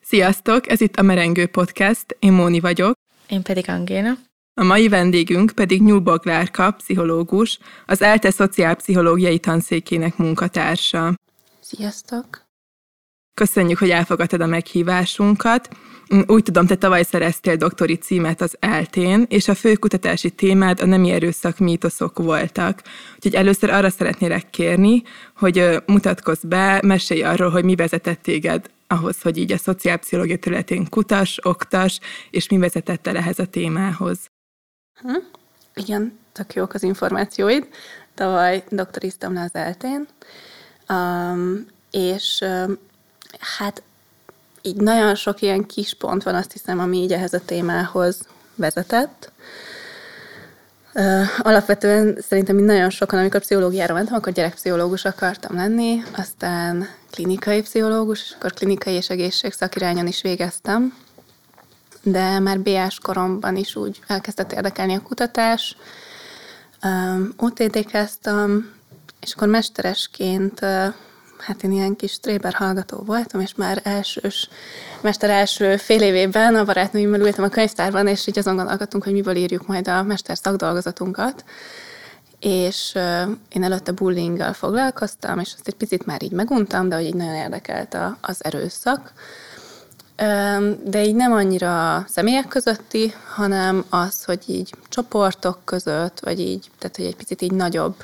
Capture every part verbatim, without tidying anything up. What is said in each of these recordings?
Sziasztok! Ez itt a Merengő Podcast, én Móni vagyok. Én pedig Angéla. A mai vendégünk pedig Nyúl Klárka, pszichológus, az ELTE szociálpszichológiai tanszékének munkatársa. Sziasztok! Köszönjük, hogy elfogadtad a meghívásunkat. Úgy tudom, te tavaly szereztél doktori címet az eltén, és a fő kutatási témád a nemi erőszak mítoszok voltak. Úgyhogy először arra szeretnélek kérni, hogy mutatkozz be, mesélj arról, hogy mi vezetett téged ahhoz, hogy így a szociálpszichológia területén kutass, oktass, és mi vezetett el ehhez a témához. Hm? Igen, tök jók az információid. Tavaly doktoriztam le az eltén, um, és um, hát így nagyon sok ilyen kis pont van, azt hiszem, ami így ehhez a témához vezetett. Uh, alapvetően szerintem így nagyon sokan, amikor pszichológiára mentem, akkor gyerekpszichológus akartam lenni, aztán klinikai pszichológus, és akkor klinikai és egészségszakirányon is végeztem. De már bé á-s koromban is úgy elkezdett érdekelni a kutatás. Um, ó té dé-keztem, és akkor mesteresként, uh, hát én ilyen kis tréber hallgató voltam, és már elsős, mester első fél évében a barátnőimmel ültem a könyvtárban, és így azon gondolkodtunk, hogy miből írjuk majd a mester szakdolgozatunkat. És uh, én előtte bullyinggal foglalkoztam, és azt egy picit már így meguntam, de hogy így nagyon érdekelt a, az erőszak. De így nem annyira személyek közötti, hanem az, hogy így csoportok között, vagy így, tehát hogy egy picit így nagyobb,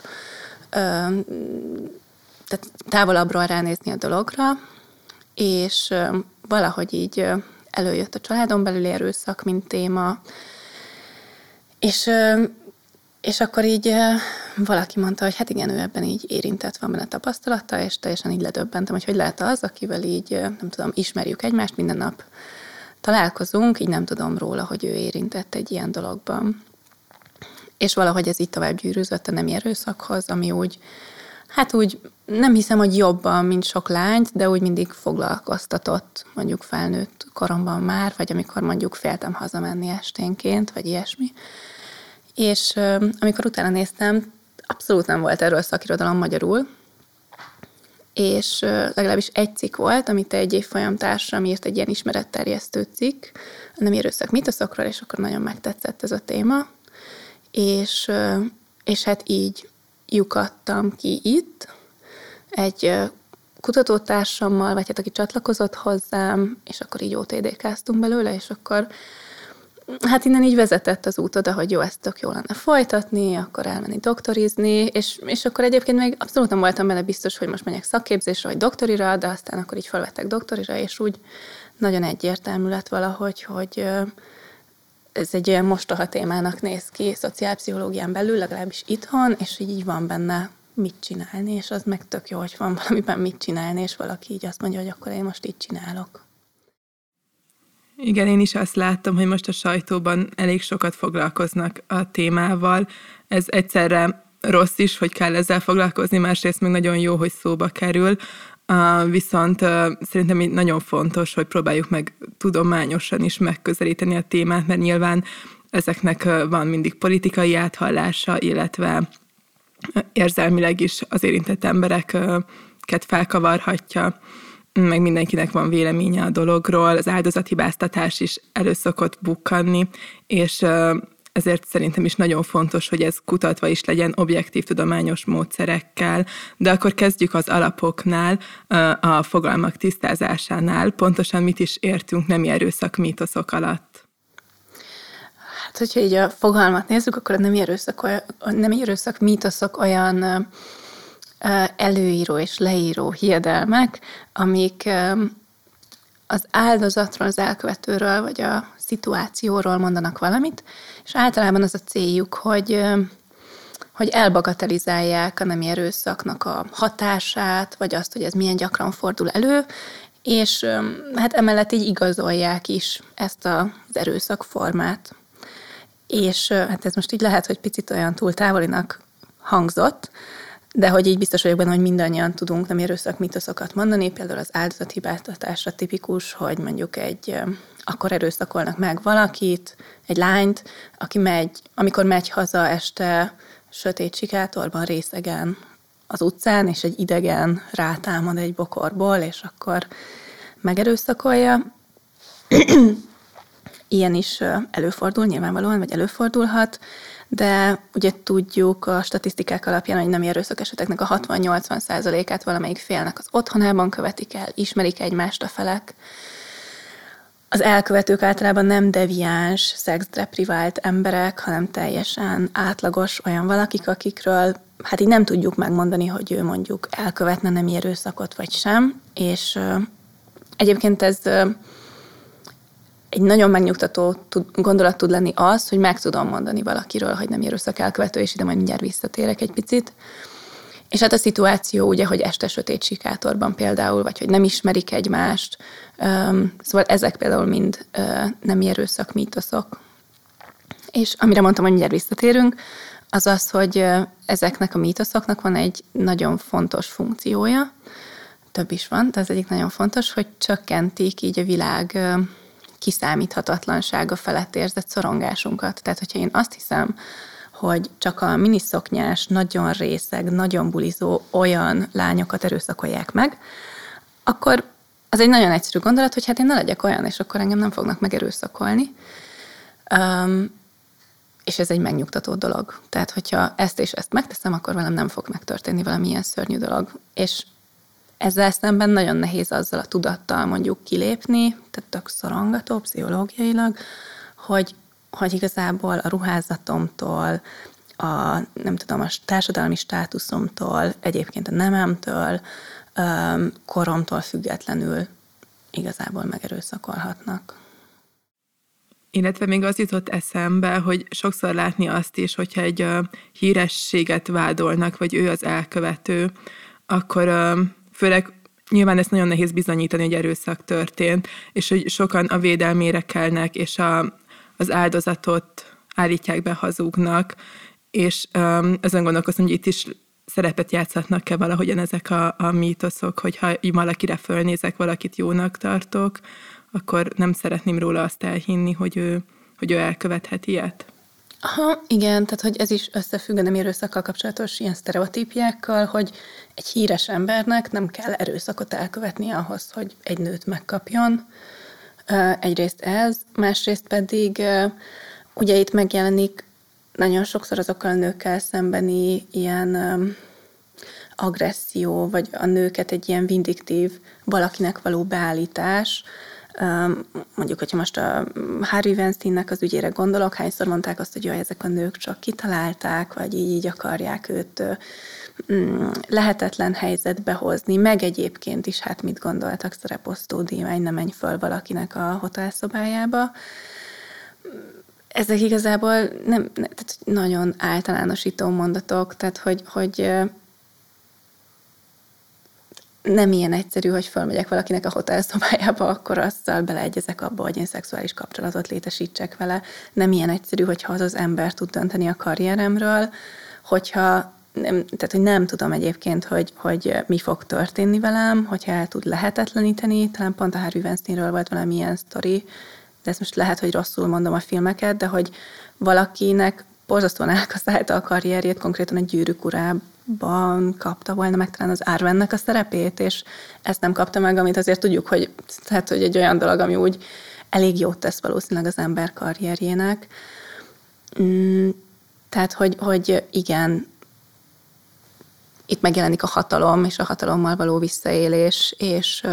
tehát távolabbról ránézni a dologra, és valahogy így előjött a családon belüli erőszak, mint téma, és, és akkor így valaki mondta, hogy hát igen, ő ebben így érintett, van benne tapasztalata, és teljesen így ledöbbentem, hogy hogy lehet az, akivel így, nem tudom, ismerjük egymást, minden nap találkozunk, így nem tudom róla, hogy ő érintett egy ilyen dologban. És valahogy ez így tovább gyűrűzött a nemi erőszakhoz, ami úgy, hát úgy nem hiszem, hogy jobban, mint sok lányt, de úgy mindig foglalkoztatott, mondjuk felnőtt koromban már, vagy amikor mondjuk féltem hazamenni esténként, vagy ilyesmi. És uh, amikor utána néztem, abszolút nem volt erről szakirodalom magyarul, és uh, legalábbis egy cikk volt, amit egy évfolyam társam írt, egy ilyen ismeretterjesztő cikk, a nemi erőszak mítoszokról, és akkor nagyon megtetszett ez a téma, és, uh, és hát így lyukadtam ki itt, egy uh, kutatótársammal, vagy hát aki csatlakozott hozzám, és akkor így ó té dé-káztunk belőle, és akkor hát innen így vezetett az út oda, hogy jó, ezt tök jó lenne folytatni, akkor elmenni doktorizni, és, és akkor egyébként még abszolút nem voltam benne biztos, hogy most megyek szakképzésre, vagy doktorira, de aztán akkor így felvettek doktorira, és úgy nagyon egyértelmű lett valahogy, hogy ez egy olyan mostoha témának néz ki szociálpszichológián belül, legalábbis itthon, és így van benne mit csinálni, és az meg tök jó, hogy van valamiben mit csinálni, és valaki így azt mondja, hogy akkor én most így csinálok. Igen, én is azt láttam, hogy most a sajtóban elég sokat foglalkoznak a témával. Ez egyszerre rossz is, hogy kell ezzel foglalkozni, másrészt még nagyon jó, hogy szóba kerül. Uh, viszont uh, szerintem így nagyon fontos, hogy próbáljuk meg tudományosan is megközelíteni a témát, mert nyilván ezeknek uh, van mindig politikai áthallása, illetve érzelmileg is az érintett embereket felkavarhatja, meg mindenkinek van véleménye a dologról, az áldozathibáztatás is elő szokott bukkanni, és ezért szerintem is nagyon fontos, hogy ez kutatva is legyen objektív tudományos módszerekkel, de akkor kezdjük az alapoknál, a fogalmak tisztázásánál. Pontosan mit is értünk nemi erőszak mítoszok alatt? Hát, hogyha így a fogalmat nézzük, akkor a nemi erőszak, a nemi erőszak mítoszok olyan előíró és leíró hiedelmek, amik az áldozatról, az elkövetőről, vagy a szituációról mondanak valamit, és általában az a céljuk, hogy, hogy elbagatelizálják a nemi erőszaknak a hatását, vagy azt, hogy ez milyen gyakran fordul elő, és hát emellett így igazolják is ezt az erőszakformát. És hát ez most így lehet, hogy picit olyan túl távolinak hangzott, de hogy így biztos vagyok benne, hogy mindannyian tudunk nemi erőszak mítoszokat mondani, például az áldozathibáztatásra tipikus, hogy mondjuk egy, akkor erőszakolnak meg valakit, egy lányt, aki megy, amikor megy haza este sötét sikátorban, részegen az utcán, és egy idegen rátámad egy bokorból, és akkor megerőszakolja. ilyen is előfordul nyilvánvalóan, vagy előfordulhat, de ugye tudjuk a statisztikák alapján, hogy nemi erőszak eseteknek a hatvan-nyolcvan százalékát valamelyik félnek az otthonában követik el, ismerik egymást a felek. Az elkövetők általában nem deviáns, szexdeprivált emberek, hanem teljesen átlagos olyan valakik, akikről hát így nem tudjuk megmondani, hogy ő mondjuk elkövetne nemi erőszakot vagy sem, és egyébként ez egy nagyon megnyugtató gondolat tud lenni az, hogy meg tudom mondani valakiről, hogy nemi erőszak elkövető, és ide majd mindjárt visszatérek egy picit. És hát a szituáció ugye, hogy este sötét sikátorban például, vagy hogy nem ismerik egymást, szóval ezek például mind nemi erőszak mítoszok. És amire mondtam, hogy mindjárt visszatérünk, az az, hogy ezeknek a mítoszoknak van egy nagyon fontos funkciója, több is van, de az egyik nagyon fontos, hogy csökkentik így a világ kiszámíthatatlansága felett érzett szorongásunkat. Tehát, hogyha én azt hiszem, hogy csak a miniszoknyás, nagyon részeg, nagyon bulizó olyan lányokat erőszakolják meg, akkor az egy nagyon egyszerű gondolat, hogy hát én ne legyek olyan, és akkor engem nem fognak megerőszakolni. Um, és ez egy megnyugtató dolog. Tehát, hogyha ezt és ezt megteszem, akkor velem nem fog megtörténni valamilyen szörnyű dolog. És ezzel szemben nagyon nehéz azzal a tudattal mondjuk kilépni, tehát tök szorongató pszichológiailag, hogy, hogy igazából a ruházatomtól, a, nem tudom, a társadalmi státuszomtól, egyébként a nememtől, koromtól függetlenül igazából megerőszakolhatnak. Illetve még az jutott eszembe, hogy sokszor látni azt is, hogyha egy uh, hírességet vádolnak, vagy ő az elkövető, akkor uh, főleg nyilván ezt nagyon nehéz bizonyítani, hogy erőszak történt, és hogy sokan a védelmére kelnek, és a, az áldozatot állítják be hazugnak, és um, ezen gondolkozom, hogy itt is szerepet játszhatnak-e valahogyan ezek a, a mítoszok, hogyha valakire fölnézek, valakit jónak tartok, akkor nem szeretném róla azt elhinni, hogy ő, hogy ő elkövethet ilyet. Aha, igen, tehát hogy ez is összefügg a nemi erőszakkal kapcsolatos ilyen sztereotípiákkal, hogy egy híres embernek nem kell erőszakot elkövetni ahhoz, hogy egy nőt megkapjon. Egyrészt ez, másrészt pedig ugye itt megjelenik nagyon sokszor azokkal a nőkkel szembeni ilyen agresszió, vagy a nőket egy ilyen vindiktív valakinek való beállítás. Mondjuk, hogyha most a Harvey Weinsteinnek az ügyére gondolok, hányszor mondták azt, hogy jaj, ezek a nők csak kitalálták, vagy így, így akarják őt lehetetlen helyzetbe hozni, meg egyébként is, hát mit gondoltak, szereposztó dívány, ne menj föl valakinek a hotelszobájába. Ezek igazából nem, tehát nagyon általánosító mondatok, tehát hogy, hogy nem ilyen egyszerű, hogy fölmegyek valakinek a hotelszobájába, akkor azzal beleegyezek abba, hogy én szexuális kapcsolatot létesítsek vele. Nem ilyen egyszerű, hogyha az az ember tud dönteni a karrieremről, hogyha nem, tehát, hogy nem tudom egyébként, hogy, hogy mi fog történni velem, hogyha el tud lehetetleníteni. Talán pont a Harvey Weinsteinről volt valamilyen sztori, de ezt most lehet, hogy rosszul mondom a filmeket, de hogy valakinek borzasztóan elkaszálta a karrierjét, konkrétan a Gyűrűk urában kapta volna meg talán az Arwennek a szerepét, és ezt nem kapta meg, amit azért tudjuk, hogy, tehát, hogy egy olyan dolog, ami úgy elég jót tesz valószínűleg az ember karrierjének. Tehát, hogy, hogy igen, itt megjelenik a hatalom, és a hatalommal való visszaélés, és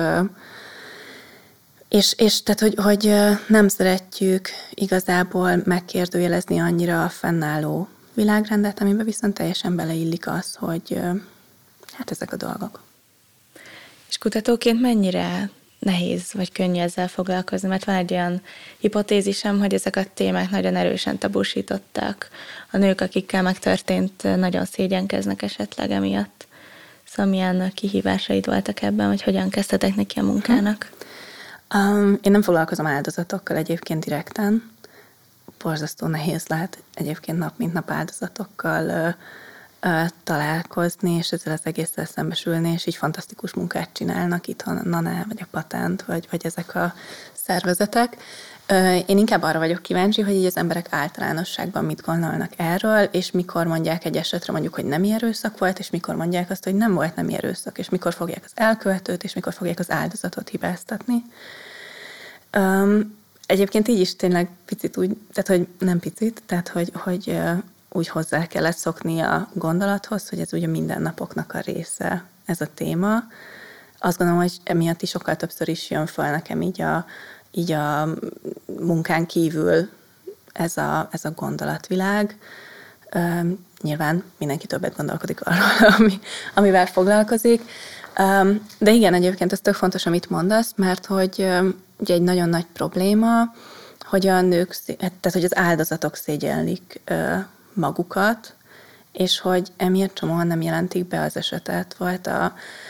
És, és tehát, hogy, hogy nem szeretjük igazából megkérdőjelezni annyira a fennálló világrendet, amiben viszont teljesen beleillik az, hogy hát ezek a dolgok. És kutatóként mennyire nehéz vagy könnyű ezzel foglalkozni? Mert van egy olyan hipotézisem, hogy ezek a témák nagyon erősen tabusították. A nők, akikkel megtörtént, nagyon szégyenkeznek esetleg emiatt. Szóval milyen kihívásaid voltak ebben, vagy hogyan kezdtetek neki a munkának? Um, én nem foglalkozom áldozatokkal egyébként direkten. Borzasztó nehéz lehet egyébként nap mint nap áldozatokkal uh, uh, találkozni, és ezzel az egésszel szembesülni, és így fantasztikus munkát csinálnak itthon a NANA, vagy a Patent, vagy, vagy ezek a szervezetek. Uh, én inkább arra vagyok kíváncsi, hogy így az emberek általánosságban mit gondolnak erről, és mikor mondják egy esetre mondjuk, hogy nemi erőszak volt, és mikor mondják azt, hogy nem volt nemi erőszak, és mikor fogják az elkövetőt, és mikor fogják az áldozatot hibáztatni. Um, egyébként így is tényleg picit úgy, tehát hogy nem picit, tehát hogy, hogy uh, úgy hozzá kellett szokni a gondolathoz, hogy ez ugye mindennapoknak a része ez a téma. Azt gondolom, hogy emiatt is sokkal többször is jön fel nekem így a, így a munkán kívül ez a, ez a gondolatvilág. Um, nyilván mindenki többet gondolkodik arról, ami, amivel foglalkozik. Um, de igen, egyébként ez tök fontos, amit mondasz, mert hogy um, ugye egy nagyon nagy probléma, hogy a nők, tehát hogy az áldozatok szégyellik uh, magukat, és hogy emiatt csomóan nem jelentik be az esetet. Volt a,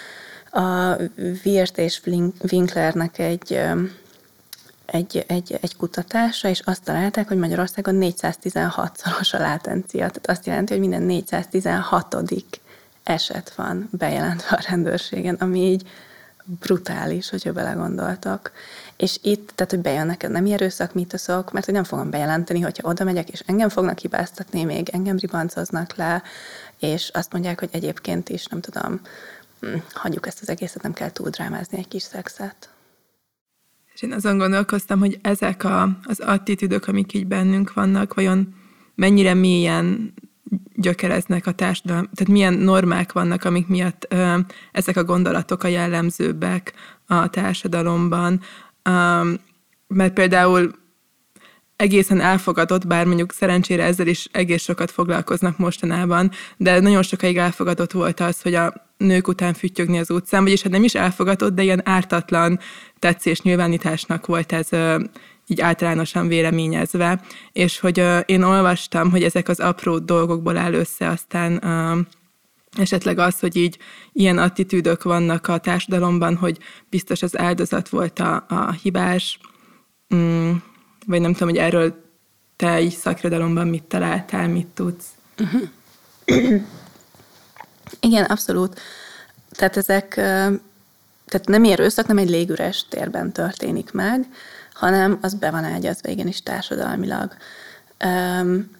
a Wirth és Winklernek egy, um, egy, egy, egy kutatása, és azt találták, hogy Magyarországon négyszáztizenhat-szoros a látencia. Tehát azt jelenti, hogy minden négyszáztizenhatodik eset van bejelentve a rendőrségen, ami így brutális, hogyha belegondoltak. És itt, tehát, hogy bejönnek a nemi erőszak mítoszok, mert hogy nem fogom bejelenteni, hogyha oda megyek, és engem fognak hibáztatni, még engem ribancoznak le, és azt mondják, hogy egyébként is, nem tudom, hagyjuk ezt az egészet, nem kell túl drámázni egy kis szexet. És én azon gondolkoztam, hogy ezek a, az attitűdök, amik így bennünk vannak, vajon mennyire mélyen gyökereznek a társadalom, tehát milyen normák vannak, amik miatt ö, ezek a gondolatok a jellemzőbbek a társadalomban. Ö, mert például egészen elfogadott, bár mondjuk szerencsére ezzel is egész sokat foglalkoznak mostanában, de nagyon sokáig elfogadott volt az, hogy a nők után füttyögni az utcán, vagyis hát nem is elfogadott, de ilyen ártatlan tetszés nyilvánításnak volt ez ö, így általánosan véleményezve, és hogy uh, én olvastam, hogy ezek az apró dolgokból áll össze aztán uh, esetleg az, hogy így ilyen attitűdök vannak a társadalomban, hogy biztos az áldozat volt a, a hibás, um, vagy nem tudom, hogy erről te így szakirodalomban mit találtál, mit tudsz. Uh-huh. Igen, abszolút. Tehát ezek, tehát nem erőszak, nem egy légüres térben történik meg, hanem az be van ágyazva igenis társadalmilag. Um,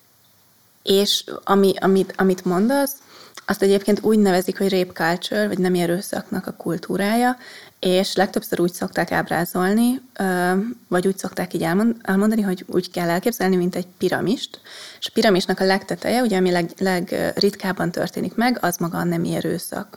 és ami, amit, amit mondasz, azt egyébként úgy nevezik, hogy rape culture, vagy nemi erőszaknak a kultúrája, és legtöbbször úgy szokták ábrázolni, vagy úgy szokták így elmondani, hogy úgy kell elképzelni, mint egy piramist, és a piramisnak a legteteje, ugye ami leg, legritkábban történik meg, az maga a nemi erőszak.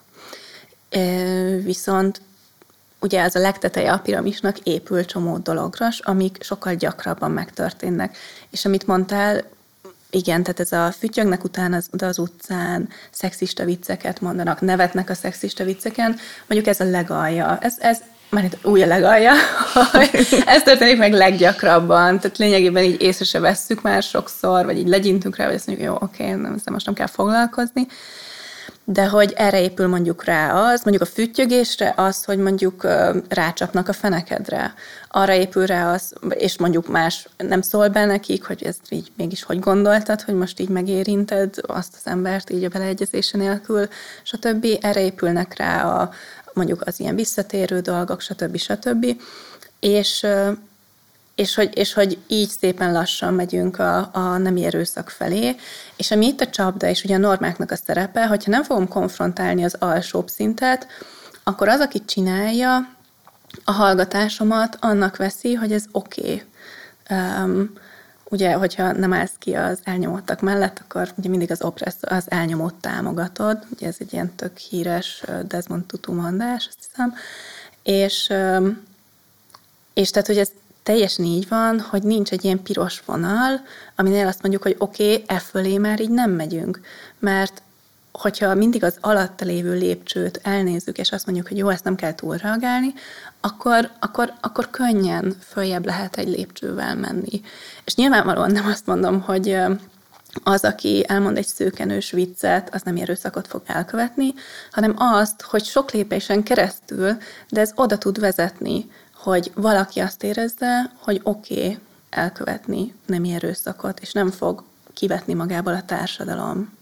Viszont ugye az a legteteje a piramisnak épül csomó dologra, amik sokkal gyakrabban megtörténnek. És amit mondtál, igen, tehát ez a füttyögnek utána az, az utcán, szexista vicceket mondanak, nevetnek a szexista vicceken, mondjuk ez a legalja. Ez, ez már itt új a legalja, ez történik meg leggyakrabban, tehát lényegében így észre se vesszük már sokszor, vagy így legyintünk rá, vagy azt mondjuk, jó, oké, nem, ezzel most nem kell foglalkozni. De hogy erre épül mondjuk rá az, mondjuk a füttyögésre az, hogy mondjuk rácsapnak a fenekedre. Arra épül rá az, és mondjuk más nem szól be nekik, hogy ezt így mégis hogy gondoltad, hogy most így megérinted azt az embert így a beleegyezése nélkül, stb. Erre épülnek rá a, mondjuk az ilyen visszatérő dolgok, stb. stb. És... És hogy, és hogy így szépen lassan megyünk a, a nemi erőszak felé, és ami itt a csapda, és ugye a normáknak a szerepe, hogyha nem fogom konfrontálni az alsóbb szintet, akkor az, aki csinálja a hallgatásomat, annak veszi, hogy ez oké. Okay. Um, ugye, hogyha nem állsz ki az elnyomottak mellett, akkor ugye mindig az oppresszor, az elnyomót támogatod, ugye ez egy ilyen tök híres Desmond Tutu mondás, azt hiszem, és, és tehát, hogy ez teljesen így van, hogy nincs egy ilyen piros vonal, aminél azt mondjuk, hogy oké, okay, e fölé már így nem megyünk. Mert hogyha mindig az alatta lévő lépcsőt elnézzük, és azt mondjuk, hogy jó, ezt nem kell túlreagálni, akkor, akkor, akkor könnyen följebb lehet egy lépcsővel menni. És nyilvánvalóan nem azt mondom, hogy az, aki elmond egy szőkenős viccet, az nem erőszakot fog elkövetni, hanem azt, hogy sok lépésen keresztül, de ez oda tud vezetni, hogy valaki azt érezze, hogy oké, okay, elkövetni nemi erőszakot, és nem fog kivetni magából a társadalom.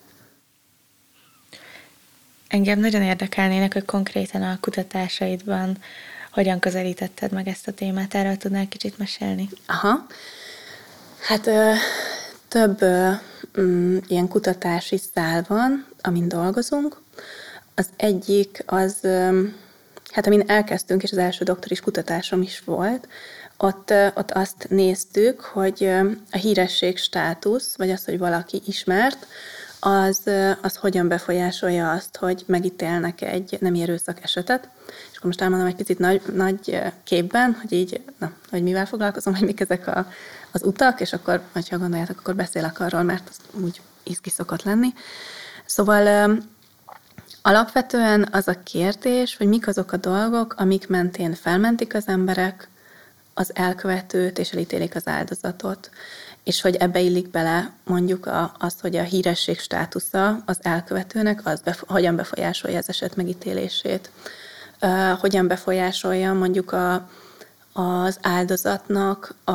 Engem nagyon érdekelnének, hogy konkrétan a kutatásaidban hogyan közelítetted meg ezt a témát. Erről tudnál kicsit mesélni? Aha. Hát ö, több ö, m, ilyen kutatási szál van, amin dolgozunk. Az egyik az... Ö, hát amin elkezdtünk, és az első doktoris kutatásom is volt, ott, ott azt néztük, hogy a híresség státusz, vagy az, hogy valaki ismert, az, az hogyan befolyásolja azt, hogy megítélnek egy nemi erőszak esetet. És akkor most elmondom egy picit nagy, nagy képben, hogy így, na, hogy mivel foglalkozom, hogy mik ezek a, az utak, és akkor, ha gondoljátok, akkor beszélek arról, mert az úgy izgi szokott lenni. Szóval alapvetően az a kérdés, hogy mik azok a dolgok, amik mentén felmentik az emberek az elkövetőt, és elítélik az áldozatot. És hogy ebbe illik bele mondjuk a, az, hogy a híresség státusza az elkövetőnek, az befo- hogyan befolyásolja az eset megítélését. Uh, hogyan befolyásolja mondjuk a, az áldozatnak a,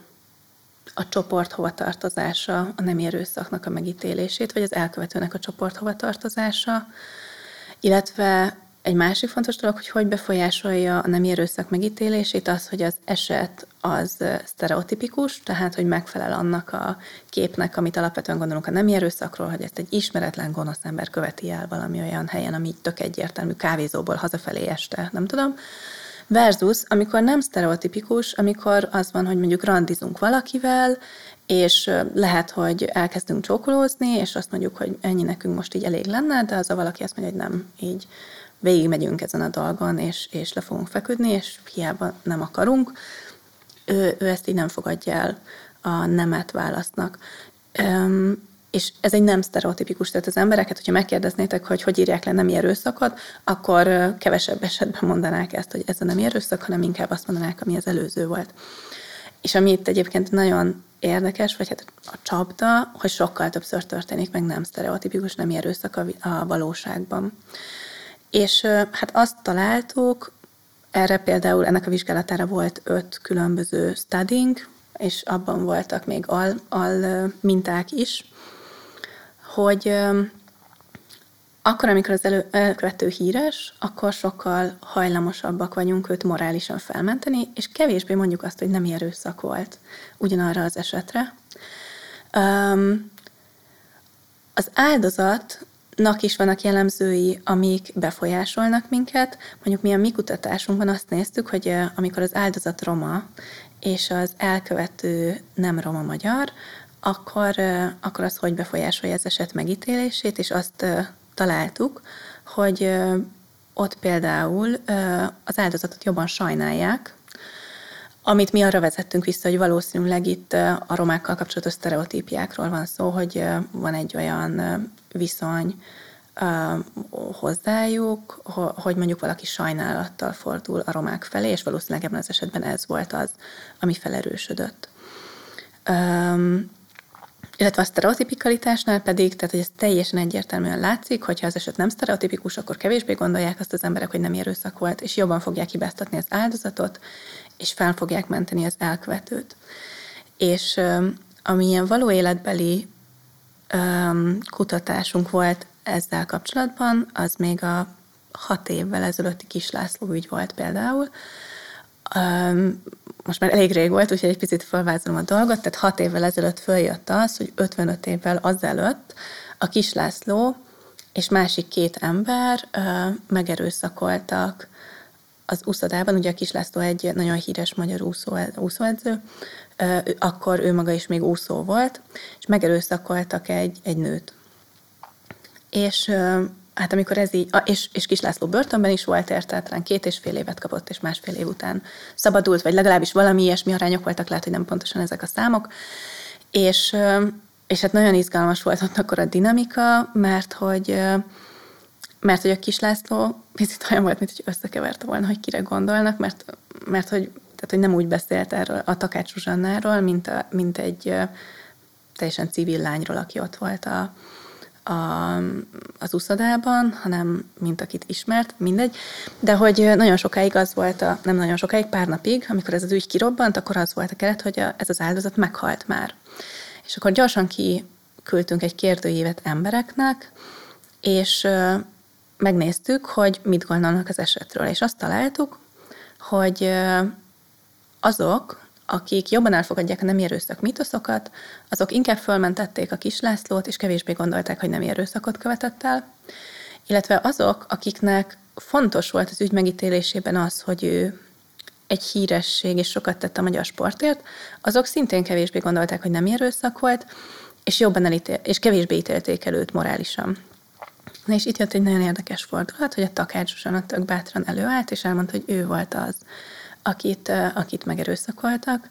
a csoport hovatartozása, a nemi erőszaknak a megítélését, vagy az elkövetőnek a csoport hovatartozása, illetve egy másik fontos dolog, hogy hogy befolyásolja a nemi erőszak megítélését az, hogy az eset az sztereotipikus, tehát hogy megfelel annak a képnek, amit alapvetően gondolunk a nemi erőszakról, hogy ezt egy ismeretlen gonosz ember követi el valami olyan helyen, ami tök egyértelmű, kávézóból hazafelé este, nem tudom. Versus, amikor nem sztereotipikus, amikor az van, hogy mondjuk randizunk valakivel, és lehet, hogy elkezdünk csókolózni, és azt mondjuk, hogy ennyi nekünk most így elég lenne, de az a valaki azt mondja, hogy nem, így végigmegyünk ezen a dolgon, és, és le fogunk feküdni, és hiába nem akarunk, ő, ő ezt így nem fogadja el, a nemet választnak. Üm, és ez egy nem sztereotipikus, tehát az embereket, hogyha megkérdeznétek, hogy hogy írják le nemi erőszakot, akkor kevesebb esetben mondanák ezt, hogy ez a nemi erőszak, hanem inkább azt mondanák, ami az előző volt. És ami itt egyébként nagyon érdekes, vagy hát a csapda, hogy sokkal többször történik meg nem sztereotipikus nemi erőszak a, a valóságban. És hát azt találtuk, erre például ennek a vizsgálatára volt öt különböző studying, és abban voltak még al, al minták is, hogy akkor, amikor az elő, elkövető híres, akkor sokkal hajlamosabbak vagyunk őt morálisan felmenteni, és kevésbé mondjuk azt, hogy nemi erőszak volt ugyanarra az esetre. Az áldozatnak is vannak jellemzői, amik befolyásolnak minket. Mondjuk mi a mi kutatásunkban azt néztük, hogy amikor az áldozat roma, és az elkövető nem roma magyar, akkor, akkor az hogy befolyásolja az eset megítélését, és azt találtuk, hogy ott például az áldozatot jobban sajnálják, amit mi arra vezettünk vissza, hogy valószínűleg itt a romákkal kapcsolatos sztereotípiákról van szó, hogy van egy olyan viszony hozzájuk, hogy mondjuk valaki sajnálattal fordul a romák felé, és valószínűleg ebben az esetben ez volt az, ami felerősödött. Illetve a sztereotipikalitásnál pedig, tehát hogy ez teljesen egyértelműen látszik, hogyha az eset nem sztereotipikus, akkor kevésbé gondolják azt az emberek, hogy nem erőszak volt, és jobban fogják hibáztatni az áldozatot, és fel fogják menteni az elkövetőt. És um, ami ilyen való életbeli um, kutatásunk volt ezzel kapcsolatban, az még a hat évvel ezelőtti Kis László ügy volt például. Um, most már elég rég volt, úgyhogy egy picit felvázolom a dolgot, tehát hat évvel ezelőtt följött az, hogy ötvenöt évvel azelőtt a Kis László és másik két ember uh, megerőszakoltak az úszodában, ugye a Kis László egy nagyon híres magyar úszó, úszóedző, uh, akkor ő maga is még úszó volt, és megerőszakoltak egy, egy nőt. És uh, hát amikor ez így, és, és Kis László börtönben is volt érte, talán két és fél évet kapott, és másfél év után szabadult, vagy legalábbis valami ilyesmi arányok voltak, lehet, hogy nem pontosan ezek a számok. És, és hát nagyon izgalmas volt ott akkor a dinamika, mert hogy, mert hogy a Kis László picit olyan volt, mint hogy összekeverte volna, hogy kire gondolnak, mert, mert hogy, tehát, hogy nem úgy beszélt erről a Takács Zsuzsannáról, mint, a, mint egy teljesen civil lányról, aki ott volt a A, az úszodában, hanem mint akit ismert, mindegy. De hogy nagyon sokáig az volt, a, nem nagyon sokáig, pár napig, amikor ez az ügy kirobbant, akkor az volt a keret, hogy a, ez az áldozat meghalt már. És akkor gyorsan kiküldtünk egy kérdőívet embereknek, és ö, megnéztük, hogy mit gondolnak az esetről. És azt találtuk, hogy ö, azok, akik jobban elfogadják a nemi erőszak mitoszokat, azok inkább fölmentették a Kis Lászlót, és kevésbé gondolták, hogy nemi erőszakot követett el, illetve azok, akiknek fontos volt az ügy megítélésében az, hogy ő egy híresség, és sokat tett a magyar sportért, azok szintén kevésbé gondolták, hogy nem erőszak volt, és jobban elítél, és kevésbé ítélték el őt morálisan. Na és itt jött egy nagyon érdekes fordulat, hogy a Takács Zsuzsanna tök bátran előállt, és elmondta, hogy ő volt az, akit, akit megerőszakoltak.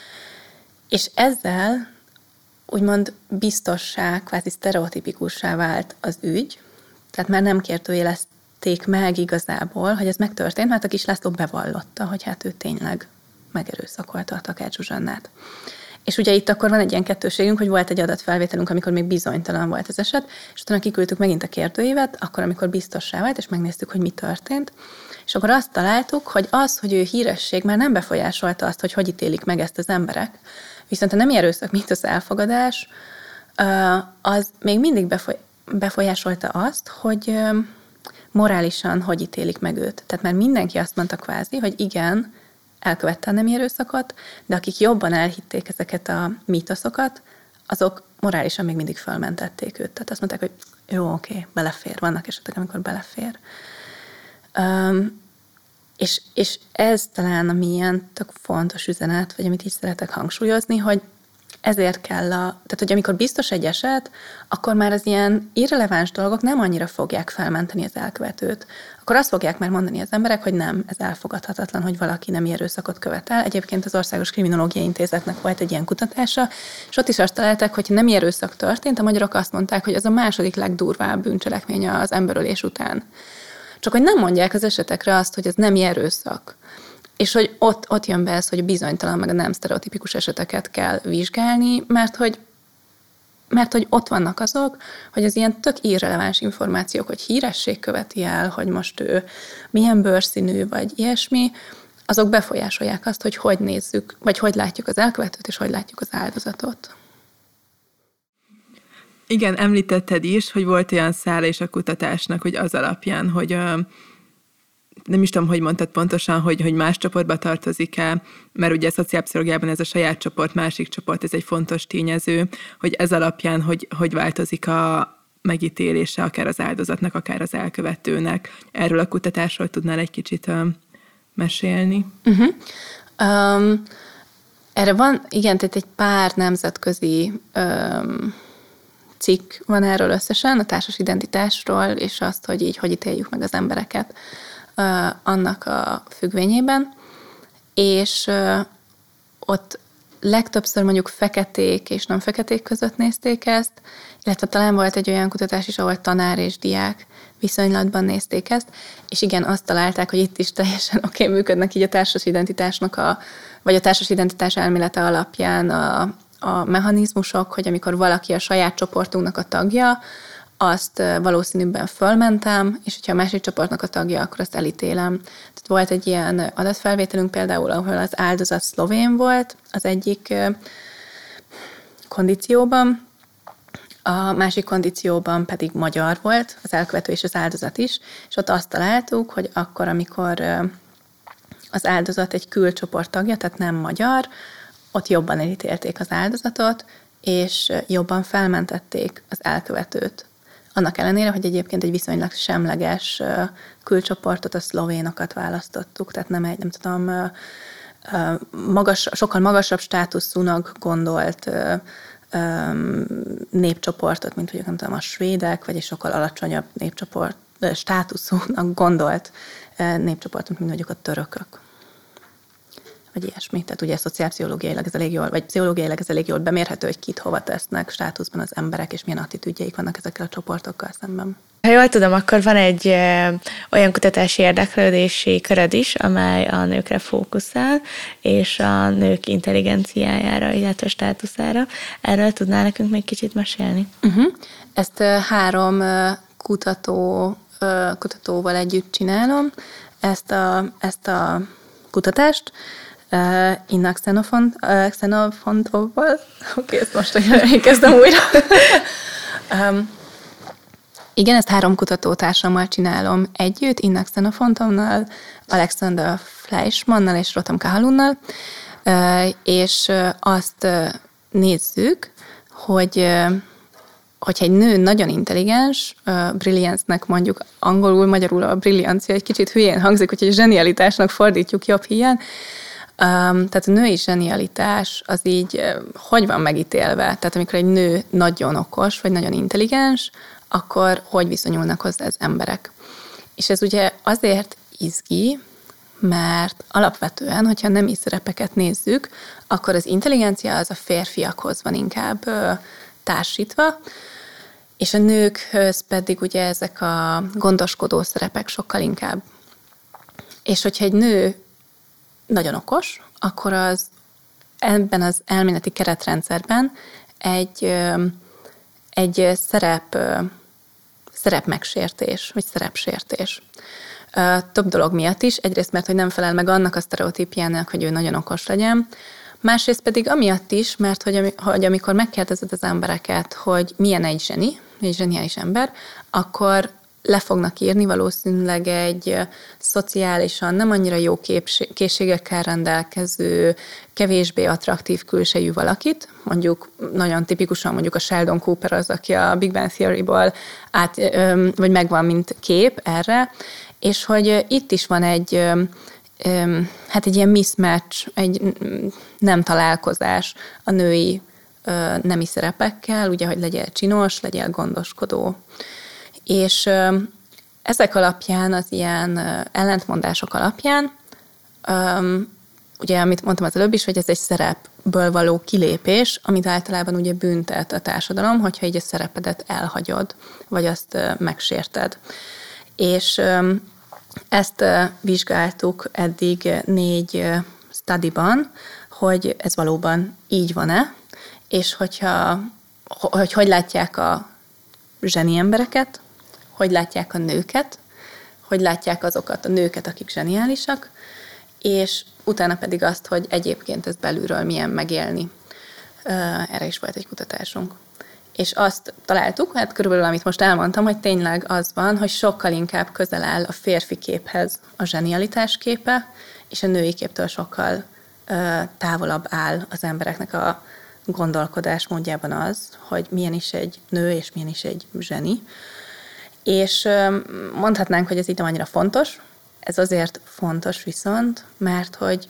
És ezzel úgymond biztossá, kvázi sztereotipikussá vált az ügy, tehát már nem kérdőjelezték meg igazából, hogy ez megtörtént, mert a Kis László bevallotta, hogy hát ő tényleg megerőszakolta a Takács Zsuzsannát. És ugye itt akkor van egy ilyen kettőségünk, hogy volt egy adatfelvételünk, amikor még bizonytalan volt az eset, és utána kiküldtük megint a kérdőívet, akkor, amikor biztossá vált, és megnéztük, hogy mi történt. És akkor azt találtuk, hogy az, hogy ő híresség, már nem befolyásolta azt, hogy hogy ítélik meg ezt az emberek. Viszont a nemi erőszak mítosz elfogadás, az még mindig befolyásolta azt, hogy morálisan hogy ítélik meg őt. Tehát már mindenki azt mondta kvázi, hogy igen, elkövette a nemi erőszakot, de akik jobban elhitték ezeket a mítoszokat, azok morálisan még mindig fölmentették őt. Tehát azt mondták, hogy jó, oké, belefér, vannak esetek, amikor belefér. Um, és, és ez talán a milyen tök fontos üzenet, vagy amit így szeretek hangsúlyozni, hogy ezért kell a... Tehát, hogy amikor biztos egy eset, akkor már az ilyen irreleváns dolgok nem annyira fogják felmenteni az elkövetőt. Akkor azt fogják már mondani az emberek, hogy nem, ez elfogadhatatlan, hogy valaki nemi erőszakot követel. Egyébként az Országos Kriminológiai Intézetnek volt egy ilyen kutatása, és ott is azt találták, hogy nemi erőszak történt, a magyarok azt mondták, hogy az a második legdurvább bűncselekmény az emberölés után. Csak hogy nem mondják az esetekre azt, hogy ez nemi erőszak. És hogy ott, ott jön be ez, hogy bizonytalan, meg a nem sztereotipikus eseteket kell vizsgálni, mert hogy, mert hogy ott vannak azok, hogy az ilyen tök irreleváns információk, hogy híresség követi el, hogy most ő milyen bőrszínű, vagy ilyesmi, azok befolyásolják azt, hogy hogy nézzük, vagy hogy látjuk az elkövetőt, és hogy látjuk az áldozatot. Igen, említetted is, hogy volt olyan szála is a kutatásnak, hogy az alapján, hogy nem is tudom, hogy mondtad pontosan, hogy, hogy más csoportba tartozik-e, mert ugye a szociálpszichológiában ez a saját csoport, másik csoport, ez egy fontos tényező, hogy ez alapján, hogy, hogy változik a megítélése akár az áldozatnak, akár az elkövetőnek. Erről a kutatásról tudnál egy kicsit um, mesélni? Uh-huh. Um, erre van, igen, tehát egy pár nemzetközi um, cikk van erről összesen, a társas identitásról, és azt, hogy így hogy ítéljük meg az embereket uh, annak a függvényében, és uh, ott legtöbbször mondjuk feketék és nem feketék között nézték ezt, illetve talán volt egy olyan kutatás is, ahol tanár és diák viszonylatban nézték ezt, és igen, azt találták, hogy itt is teljesen oké okay, működnek így a társas identitásnak, a, vagy a társas identitás elmélete alapján a, a mechanizmusok, hogy amikor valaki a saját csoportunknak a tagja, azt valószínűbben fölmentem, és hogyha a másik csoportnak a tagja, akkor azt elítélem. Tehát volt egy ilyen adatfelvételünk például, ahol az áldozat szlovén volt az egyik kondícióban, a másik kondícióban pedig magyar volt, az elkövető és az áldozat is, és ott azt találtuk, hogy akkor, amikor az áldozat egy külcsoport tagja, tehát nem magyar, ott jobban elítélték az áldozatot, és jobban felmentették az elkövetőt. Annak ellenére, hogy egyébként egy viszonylag semleges külcsoportot, a szlovénokat választottuk, tehát nem egy, nem tudom, magas, sokkal magasabb státuszúnak gondolt népcsoportot, mint mondjuk, nem tudom, a svédek, vagy egy sokkal alacsonyabb népcsoport, státuszúnak gondolt népcsoportot, mint mondjuk a törökök. Vagy ilyesmi. Tehát ugye szociálpszichológiailag ez elég jól, vagy pszichológiailag ez elég jól bemérhető, hogy kit hova tesznek státuszban az emberek, és milyen attitűdjeik vannak ezekkel a csoportokkal szemben. Ha jól tudom, akkor van egy ö, olyan kutatási érdeklődési köröd is, amely a nőkre fókuszál, és a nők intelligenciájára, illetve státuszára. Erről tudnál nekünk még kicsit mesélni? Uh-huh. Ezt uh, három uh, kutató, uh, kutatóval együtt csinálom. Ezt a, ezt a kutatást, Uh, Inna Xenofont, uh, Xenofontovval. Oké, ezt most kezdem újra. um, igen, ezt három kutatótársammal csinálom együtt, Inna Xenofontovnal, Alexander Fleischmannnal és Rotem Kahalunnal, uh, és uh, azt uh, nézzük, hogy uh, hogyha egy nő nagyon intelligens, uh, brilliance-nek mondjuk angolul, magyarul a brilliancia egy kicsit hülyén hangzik, hogy zsenialitásnak fordítjuk jobb híján. Um, tehát a női zsenialitás az így uh, hogy van megítélve? Tehát amikor egy nő nagyon okos, vagy nagyon intelligens, akkor hogy viszonyulnak hozzá az emberek? És ez ugye azért izgi, mert alapvetően, hogyha nemi szerepeket nézzük, akkor az intelligencia az a férfiakhoz van inkább uh, társítva, és a nőkhöz pedig ugye ezek a gondoskodó szerepek sokkal inkább. És hogyha egy nő nagyon okos, akkor az ebben az elméleti keretrendszerben egy, egy szerep, szerep megsértés, vagy szerepsértés. Több dolog miatt is. Egyrészt, mert hogy nem felel meg annak a sztereotípiának, hogy ő nagyon okos legyen. Másrészt pedig amiatt is, mert hogy, hogy amikor megkérdezed az embereket, hogy milyen egy zseni, egy zseniális ember, akkor le fognak írni valószínűleg egy szociálisan nem annyira jó készségekkel rendelkező, kevésbé attraktív külsejű valakit, mondjuk nagyon tipikusan mondjuk a Sheldon Cooper az, aki a Big Bang Theory-ból át, vagy megvan, mint kép erre, és hogy itt is van egy, hát egy ilyen mismatch, egy nem találkozás a női nemi szerepekkel, ugye, hogy legyél csinos, legyél gondoskodó. És ezek alapján, az ilyen ellentmondások alapján, ugye, amit mondtam az előbb is, hogy ez egy szerepből való kilépés, amit általában ugye büntet a társadalom, hogyha így a szerepedet elhagyod, vagy azt megsérted. És ezt vizsgáltuk eddig négy studyban, hogy ez valóban így van-e, és hogyha, hogy hogy látják a zseni embereket, hogy látják a nőket, hogy látják azokat a nőket, akik zseniálisak, és utána pedig azt, hogy egyébként ez belülről milyen megélni. Erre is volt egy kutatásunk. És azt találtuk, hát körülbelül amit most elmondtam, hogy tényleg az van, hogy sokkal inkább közel áll a férfi képhez a zsenialitás képe, és a női képtől sokkal távolabb áll az embereknek a gondolkodás módjában az, hogy milyen is egy nő, és milyen is egy zseni. És mondhatnánk, hogy ez így nem annyira fontos. Ez azért fontos viszont, mert hogy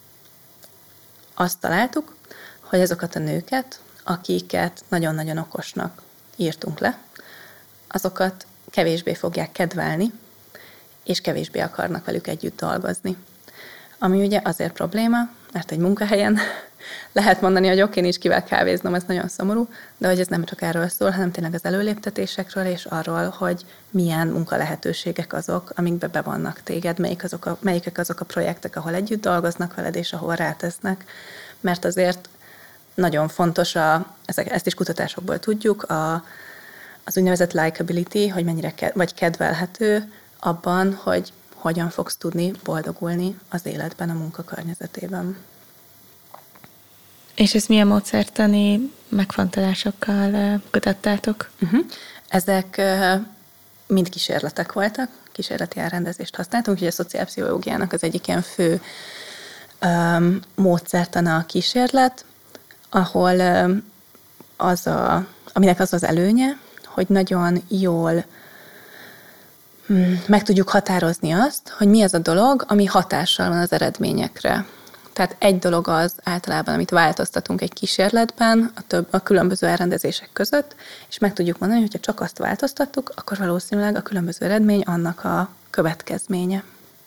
azt találtuk, hogy azokat a nőket, akiket nagyon-nagyon okosnak írtunk le, azokat kevésbé fogják kedvelni, és kevésbé akarnak velük együtt dolgozni. Ami ugye azért probléma, mert egy munkahelyen lehet mondani, hogy oké, nincs kivel kávéznom, ez nagyon szomorú, de hogy ez nem csak erről szól, hanem tényleg az előléptetésekről, és arról, hogy milyen munkalehetőségek azok, amikbe bevonnak téged, melyik azok a, melyikek azok a projektek, ahol együtt dolgoznak veled, és ahol rátesznek. Mert azért nagyon fontos, a, ezt is kutatásokból tudjuk, a, az úgynevezett likability, hogy mennyire ke, vagy kedvelhető abban, hogy hogyan fogsz tudni boldogulni az életben, a munkakörnyezetében. És ezt milyen módszertani megfontolásokkal kutattátok? Uh-huh. Ezek mind kísérletek voltak, kísérleti elrendezést használtunk, ugye a szociálpszichológiának az egyik ilyen fő um, módszertana a kísérlet, ahol um, az a, aminek az az előnye, hogy nagyon jól um, meg tudjuk határozni azt, hogy mi az a dolog, ami hatással van az eredményekre. Tehát egy dolog az általában, amit változtatunk egy kísérletben a, több, a különböző elrendezések között, és meg tudjuk mondani, hogy ha csak azt változtattuk, akkor valószínűleg a különböző eredmény annak a következménye.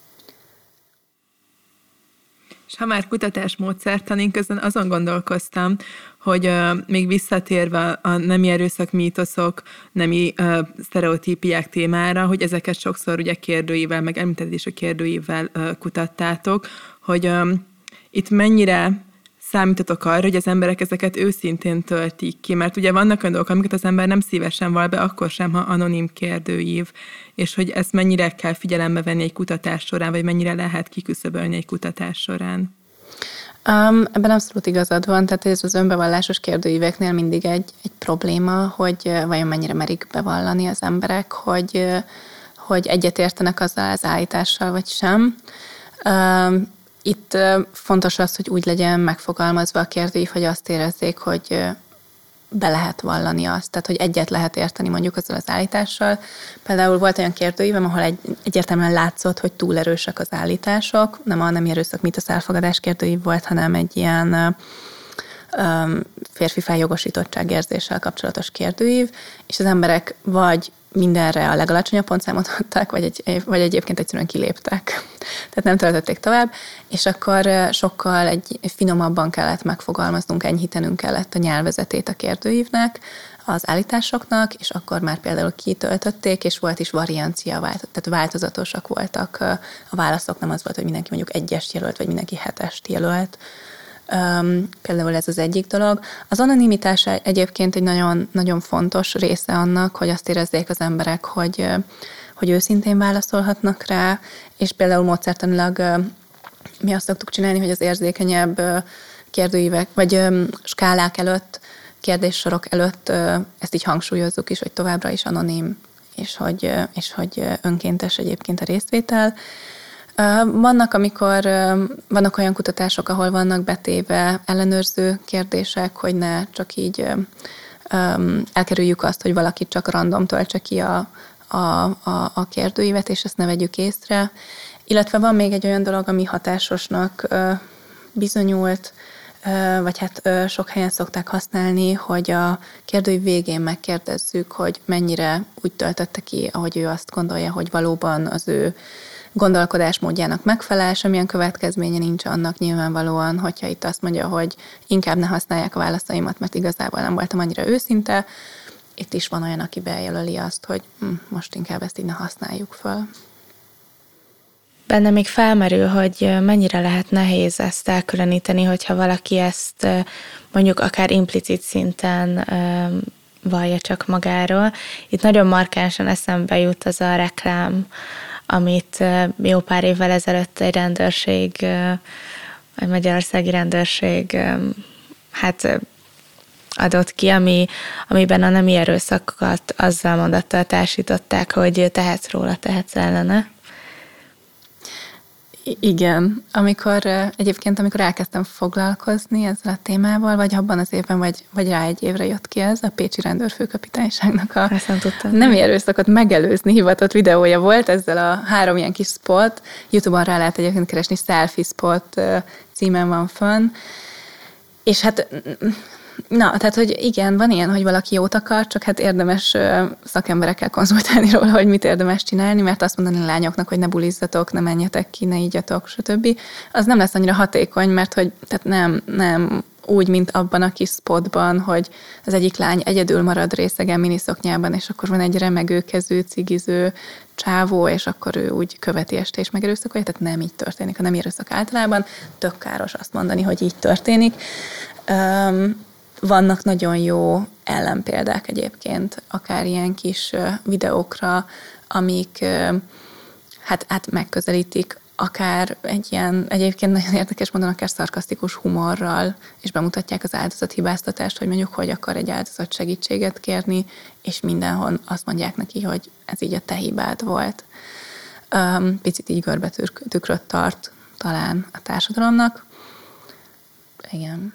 És ha már kutatás módszertanin közben azon gondolkoztam, hogy uh, még visszatérve a nemi erőszak mítoszok, nemi uh, sztereotípiák témára, hogy ezeket sokszor ugye kérdőível, meg említetésű kérdőível uh, kutattátok, hogy um, itt mennyire számítotok arra, hogy az emberek ezeket őszintén töltik ki, mert ugye vannak olyan dolgok, amiket az ember nem szívesen val be, akkor sem, ha anonim kérdőív, és hogy ezt mennyire kell figyelembe venni egy kutatás során, vagy mennyire lehet kiküszöbölni egy kutatás során? Um, ebben abszolút igazad van, tehát ez az önbevallásos kérdőíveknél mindig egy, egy probléma, hogy vajon mennyire merik bevallani az emberek, hogy, hogy egyetértenek azzal az állítással, vagy sem. Um, Itt fontos az, hogy úgy legyen megfogalmazva a kérdőív, hogy azt érezzék, hogy be lehet vallani azt, tehát hogy egyet lehet érteni mondjuk ezzel az állítással. Például volt olyan kérdőívem, ahol egy, egyértelműen látszott, hogy túl erősek az állítások. Nem a nemi erőszak mítosz elfogadás kérdőív volt, hanem egy ilyen um, férfi feljogosítottság érzéssel kapcsolatos kérdőív, és az emberek vagy mindenre a legalacsonyabb pontszámot adták, vagy, egy, vagy egyébként egyszerűen kiléptek. Tehát nem töltötték tovább, és akkor sokkal egy finomabban kellett megfogalmaznunk, enyhítenünk kellett a nyelvezetét a kérdőívnek, az állításoknak, és akkor már például kitöltötték, és volt is variancia, tehát változatosak voltak a válaszok, nem az volt, hogy mindenki mondjuk egyest jelölt, vagy mindenki hetest jelölt. Um, például ez az egyik dolog. Az anonimitás egyébként egy nagyon, nagyon fontos része annak, hogy azt érezzék az emberek, hogy, hogy őszintén válaszolhatnak rá, és például módszertanilag mi azt szoktuk csinálni, hogy az érzékenyebb kérdőívek, vagy skálák előtt, kérdéssorok előtt ezt így hangsúlyozzuk is, hogy továbbra is anonim, és hogy, és hogy önkéntes egyébként a részvétel. Vannak, amikor vannak olyan kutatások, ahol vannak betéve ellenőrző kérdések, hogy ne csak így elkerüljük azt, hogy valaki csak random töltse ki a, a, a, a kérdőívet, és ezt ne vegyük észre. Illetve van még egy olyan dolog, ami hatásosnak bizonyult, vagy hát sok helyen szokták használni, hogy a kérdőív végén megkérdezzük, hogy mennyire úgy töltötte ki, ahogy ő azt gondolja, hogy valóban az ő gondolkodásmódjának megfelel, semmilyen következménye nincs annak nyilvánvalóan, hogyha itt azt mondja, hogy inkább ne használják a válaszaimat, mert igazából nem voltam annyira őszinte. Itt is van olyan, aki bejelöli azt, hogy hm, most inkább ezt így ne használjuk föl. Benne még felmerül, hogy mennyire lehet nehéz ezt elkülöníteni, hogyha valaki ezt mondjuk akár implicit szinten vallja csak magáról. Itt nagyon markánsan eszembe jut az a reklám, amit jó pár évvel ezelőtt egy rendőrség, egy magyarországi rendőrség hát adott ki, ami, amiben a nemi erőszakokat azzal mondattal társították, hogy tehetsz róla, tehetsz ellene. Igen. Amikor egyébként, amikor elkezdtem foglalkozni ezzel a témával, vagy abban az évben, vagy, vagy rá egy évre jött ki ez, a pécsi rendőrfőkapitányságnak a nemi erőszakot megelőzni hivatott videója volt, ezzel a három ilyen kis spot. YouTube-on rá lehet egyébként keresni, Selfie Spot címen van fönn. És hát na, tehát, hogy igen, van ilyen, hogy valaki jót akar, csak hát érdemes szakemberekkel konzultálni róla, hogy mit érdemes csinálni, mert azt mondani a lányoknak, hogy ne bulizzatok, ne menjetek ki, ne ígyatok, stb. Az nem lesz annyira hatékony, mert hogy tehát nem, nem úgy, mint abban a kis spotban, hogy az egyik lány egyedül marad részegen miniszoknyában, és akkor van egy remegőkező, cigiző csávó, és akkor ő úgy követi este és megerőszakolja, tehát nem így történik, a nem erőszak általában. Tök káros azt mondani, hogy így történik. Um, Vannak nagyon jó ellenpéldák egyébként, akár ilyen kis videókra, amik hát, hát megközelítik, akár egy ilyen, egyébként nagyon érdekes módon, akár szarkasztikus humorral, és bemutatják az áldozathibáztatást, hogy mondjuk, hogy akar egy áldozat segítséget kérni, és mindenhol azt mondják neki, hogy ez így a te hibád volt. Picit így görbe tükröt tart talán a társadalomnak. Igen.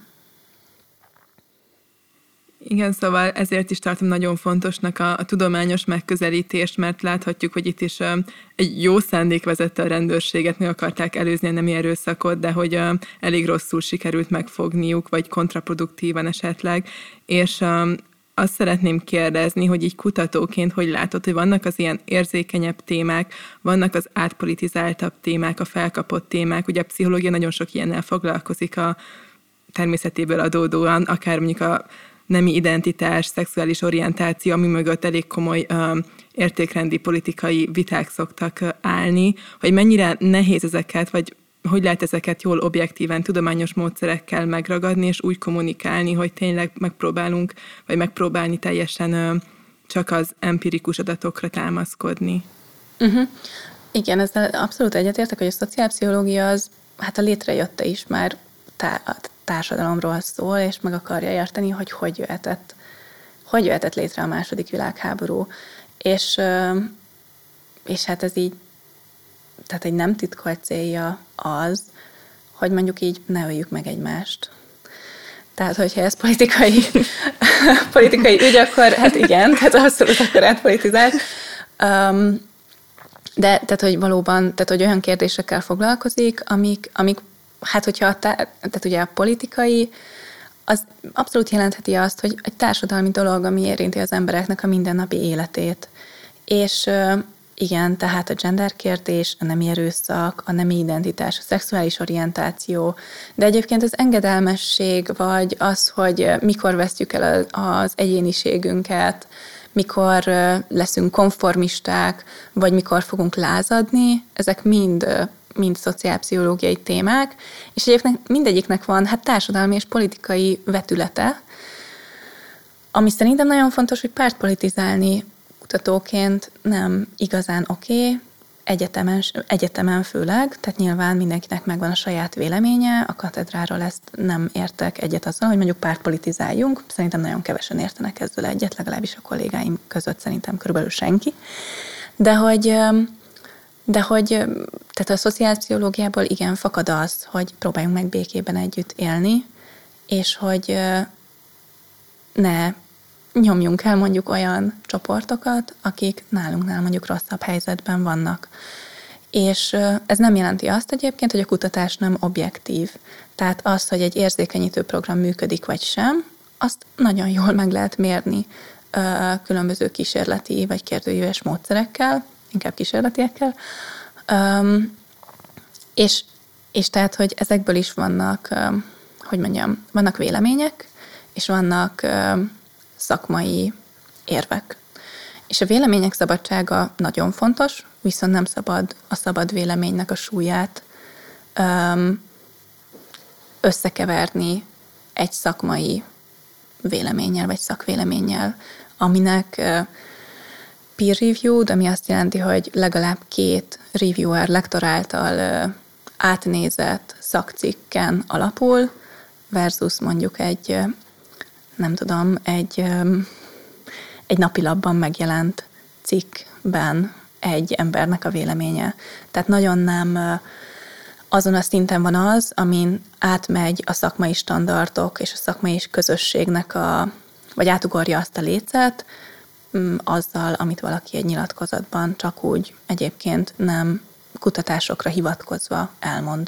Igen, szóval ezért is tartom nagyon fontosnak a, a tudományos megközelítést, mert láthatjuk, hogy itt is uh, egy jó szándék vezette a rendőrséget, meg akarták előzni a nemi erőszakot, de hogy uh, elég rosszul sikerült megfogniuk, vagy kontraproduktívan esetleg, és um, azt szeretném kérdezni, hogy így kutatóként hogy látod, hogy vannak az ilyen érzékenyebb témák, vannak az átpolitizáltabb témák, a felkapott témák, ugye a pszichológia nagyon sok ilyennel foglalkozik a természetéből adódóan, akár mondjuk a nemi identitás, szexuális orientáció, ami mögött elég komoly uh, értékrendi politikai viták szoktak uh, állni, hogy mennyire nehéz ezeket, vagy hogy lehet ezeket jól objektíven, tudományos módszerekkel megragadni, és úgy kommunikálni, hogy tényleg megpróbálunk, vagy megpróbálni teljesen uh, csak az empirikus adatokra támaszkodni. Uh-huh. Igen, ezzel abszolút egyetértek, hogy a szociálpszichológia az, hát a létrejötte is már tá- társadalomról szól, és meg akarja érteni, hogy hogy jöhetett, hogy jöhetett létre a második világháború. És, és hát ez így, tehát egy nem titkolt célja az, hogy mondjuk így ne öljük meg egymást. Tehát, hogyha ez politikai, politikai ügy, akkor hát igen, tehát abszolút akkor átpolitizált. Um, de tehát, hogy valóban, tehát, hogy olyan kérdésekkel foglalkozik, amik, amik hát, hogyha a, tehát ugye a politikai, az abszolút jelentheti azt, hogy egy társadalmi dolog, ami érinti az embereknek a mindennapi életét. És igen, tehát a gender kérdés, a nemi erőszak, a nemi identitás, a szexuális orientáció, de egyébként az engedelmesség, vagy az, hogy mikor vesztjük el az egyéniségünket, mikor leszünk konformisták, vagy mikor fogunk lázadni, ezek mind, mind szociálpszichológiai témák, és egyébként mindegyiknek van hát társadalmi és politikai vetülete, ami szerintem nagyon fontos, hogy pártpolitizálni kutatóként nem igazán oké, okay, egyetemen, egyetemen főleg, tehát nyilván mindenkinek megvan a saját véleménye, a katedráról ezt nem értek egyet azzal, hogy mondjuk pártpolitizáljunk, szerintem nagyon kevesen értenek ezzel egyet, legalábbis a kollégáim között szerintem körülbelül senki, de hogy, de hogy tehát a szociálpszichológiából igen fakad az, hogy próbáljunk meg békében együtt élni, és hogy ne nyomjunk el mondjuk olyan csoportokat, akik nálunknál mondjuk rosszabb helyzetben vannak. És ez nem jelenti azt egyébként, hogy a kutatás nem objektív. Tehát az, hogy egy érzékenyítő program működik vagy sem, azt nagyon jól meg lehet mérni különböző kísérleti vagy kérdőíves módszerekkel, inkább kísérletiekkel. És, és tehát, hogy ezekből is vannak, hogy mondjam, vannak vélemények, és vannak szakmai érvek. És a vélemények szabadsága nagyon fontos, viszont nem szabad a szabad véleménynek a súlyát öm, összekeverni egy szakmai véleménnyel, vagy szakvéleménnyel, aminek peer reviewed, ami azt jelenti, hogy legalább két reviewer lektor által átnézett szakcikken alapul, versus mondjuk egy nem tudom, egy, egy napilapban megjelent cikkben egy embernek a véleménye. Tehát nagyon nem azon a szinten van az, amin átmegy a szakmai standardok és a szakmai közösségnek a, vagy átugorja azt a lécet, azzal, amit valaki egy nyilatkozatban csak úgy egyébként nem kutatásokra hivatkozva elmond.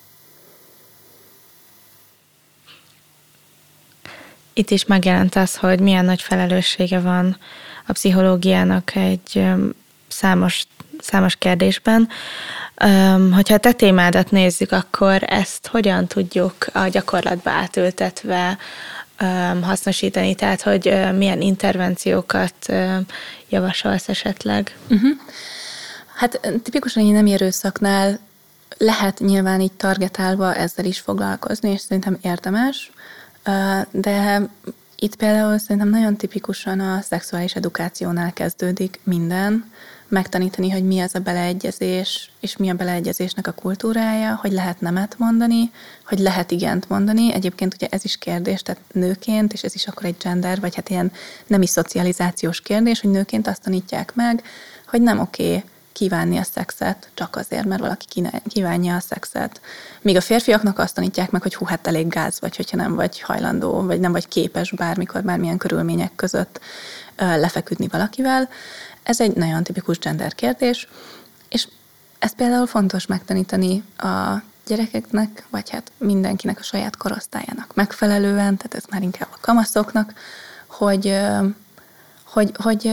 Itt is megjelent az, hogy milyen nagy felelőssége van a pszichológiának egy számos, számos kérdésben. Hogyha a te témádat nézzük, akkor ezt hogyan tudjuk a gyakorlatba átültetve hasznosítani? Tehát, hogy milyen intervenciókat javasolsz esetleg? Uh-huh. Hát tipikusan egy nemi erőszaknál lehet nyilván így targetálva ezzel is foglalkozni, és szerintem érdemes. De itt például szerintem nagyon tipikusan a szexuális edukációnál kezdődik minden, megtanítani, hogy mi az a beleegyezés, és mi a beleegyezésnek a kultúrája, hogy lehet nemet mondani, hogy lehet igent mondani. Egyébként ugye ez is kérdés, tehát nőként, és ez is akkor egy gender, vagy hát ilyen nemi szocializációs kérdés, hogy nőként azt tanítják meg, hogy nem oké kívánni a szexet csak azért, mert valaki kívánja a szexet. Míg a férfiaknak azt tanítják meg, hogy hú, hát elég gáz vagy, hogyha nem vagy hajlandó, vagy nem vagy képes bármikor, bármilyen körülmények között lefeküdni valakivel. Ez egy nagyon tipikus gender kérdés, és ezt például fontos megtanítani a gyerekeknek, vagy hát mindenkinek a saját korosztályának megfelelően, tehát ez már inkább a kamaszoknak, hogy, hogy, hogy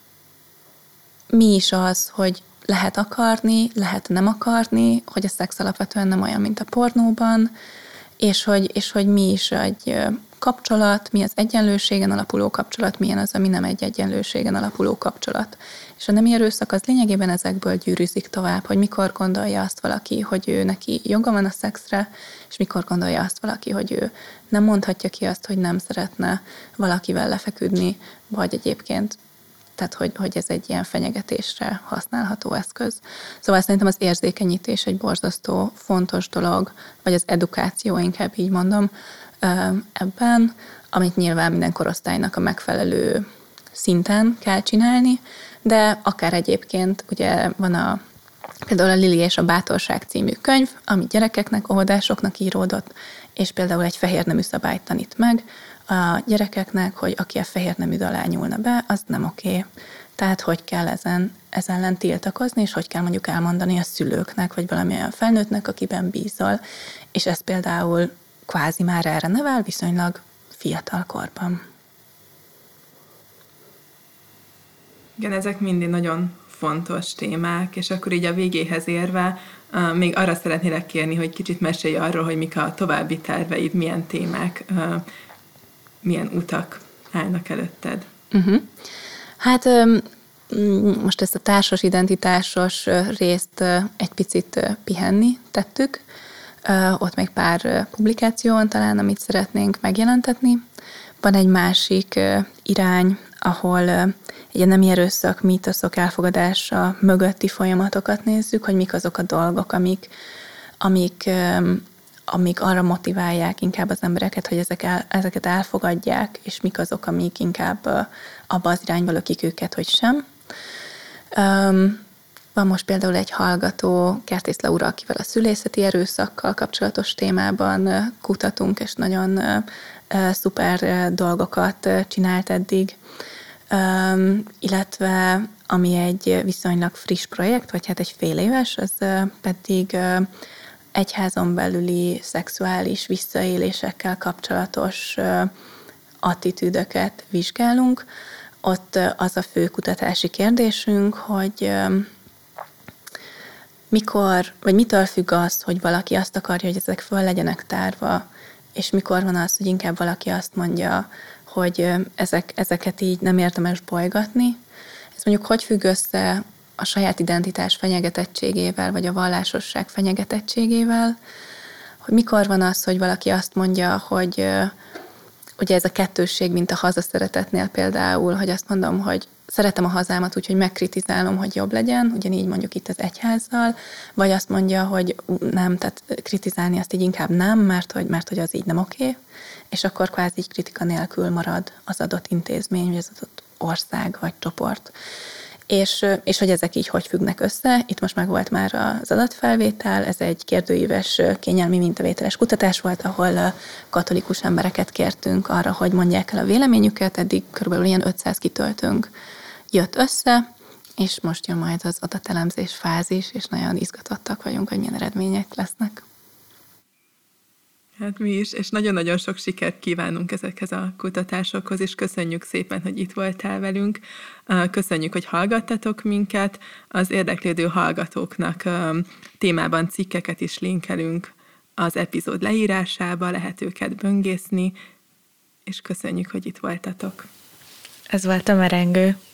mi is az, hogy lehet akarni, lehet nem akarni, hogy a szex alapvetően nem olyan, mint a pornóban, és hogy, és hogy mi is egy kapcsolat, mi az egyenlőségen alapuló kapcsolat, milyen az, ami nem egy egyenlőségen alapuló kapcsolat. És a nemi erőszak az lényegében ezekből gyűrűzik tovább, hogy mikor gondolja azt valaki, hogy ő neki joga van a szexre, és mikor gondolja azt valaki, hogy ő nem mondhatja ki azt, hogy nem szeretne valakivel lefeküdni, vagy egyébként tehát hogy, hogy ez egy ilyen fenyegetésre használható eszköz. Szóval szerintem az érzékenyítés egy borzasztó fontos dolog, vagy az edukáció, inkább így mondom, ebben, amit nyilván minden korosztálynak a megfelelő szinten kell csinálni, de akár egyébként ugye van a például a Lili és a Bátorság című könyv, ami gyerekeknek, óvodásoknak íródott, és például egy fehér nemű szabályt tanít meg a gyerekeknek, hogy aki a fehér nemű alá nyúlna be, az nem oké. Tehát hogy kell ezen, ez ellen tiltakozni, és hogy kell mondjuk elmondani a szülőknek, vagy valamilyen felnőttnek, akiben bízol, és ez például kvázi már erre nevel viszonylag fiatal korban. Igen, ezek mindig nagyon fontos témák, és akkor így a végéhez érve uh, még arra szeretnélek kérni, hogy kicsit mesélj arról, hogy mik a további terveid, milyen témák, uh, milyen utak állnak előtted. Uh-huh. Hát um, most ezt a társas, identitásos részt uh, egy picit uh, pihenni tettük. Uh, ott még pár uh, publikáció van talán, amit szeretnénk megjelentetni. Van egy másik uh, irány, ahol uh, egy nemi erőszak, mítoszok elfogadása mögötti folyamatokat nézzük, hogy mik azok a dolgok, amik, amik, um, amik arra motiválják inkább az embereket, hogy ezek el, ezeket elfogadják, és mik azok, amik inkább uh, abba az irányba lökik őket, hogy sem. Um, Van most például egy hallgató, Kertész Laura, akivel a szülészeti erőszakkal kapcsolatos témában kutatunk, és nagyon uh, szuper dolgokat csinált eddig. Um, illetve ami egy viszonylag friss projekt, vagy hát egy fél éves, az uh, pedig uh, egyházon belüli szexuális visszaélésekkel kapcsolatos uh, attitűdöket vizsgálunk. Ott uh, az a fő kutatási kérdésünk, hogy uh, mikor, vagy mitől függ az, hogy valaki azt akarja, hogy ezek föl legyenek tárva, és mikor van az, hogy inkább valaki azt mondja, hogy ezek, ezeket így nem érdemes bolygatni. Ez mondjuk hogy függ össze a saját identitás fenyegetettségével, vagy a vallásosság fenyegetettségével, hogy mikor van az, hogy valaki azt mondja, hogy ugye ez a kettősség, mint a hazaszeretetnél például, hogy azt mondom, hogy szeretem a hazámat, úgyhogy megkritizálom, hogy jobb legyen, ugyanígy mondjuk itt az egyházzal, vagy azt mondja, hogy nem, tehát kritizálni azt így inkább nem, mert hogy, mert hogy az így nem oké, és akkor kvázi így kritika nélkül marad az adott intézmény, vagy az adott ország, vagy csoport. És, és hogy ezek így hogy függnek össze. Itt most meg volt már az adatfelvétel, ez egy kérdőíves kényelmi mintavételes kutatás volt, ahol katolikus embereket kértünk arra, hogy mondják el a véleményüket, eddig körülbelül ilyen ötszáz kitöltőnk jött össze, és most jön majd az adatelemzés fázis, és nagyon izgatottak vagyunk, hogy milyen eredmények lesznek. Hát mi is, és nagyon-nagyon sok sikert kívánunk ezekhez a kutatásokhoz, és köszönjük szépen, hogy itt voltál velünk. Köszönjük, hogy hallgattatok minket. Az érdeklődő hallgatóknak témában cikkeket is linkelünk az epizód leírásába, lehet őket böngészni, és köszönjük, hogy itt voltatok. Ez volt a Merengő.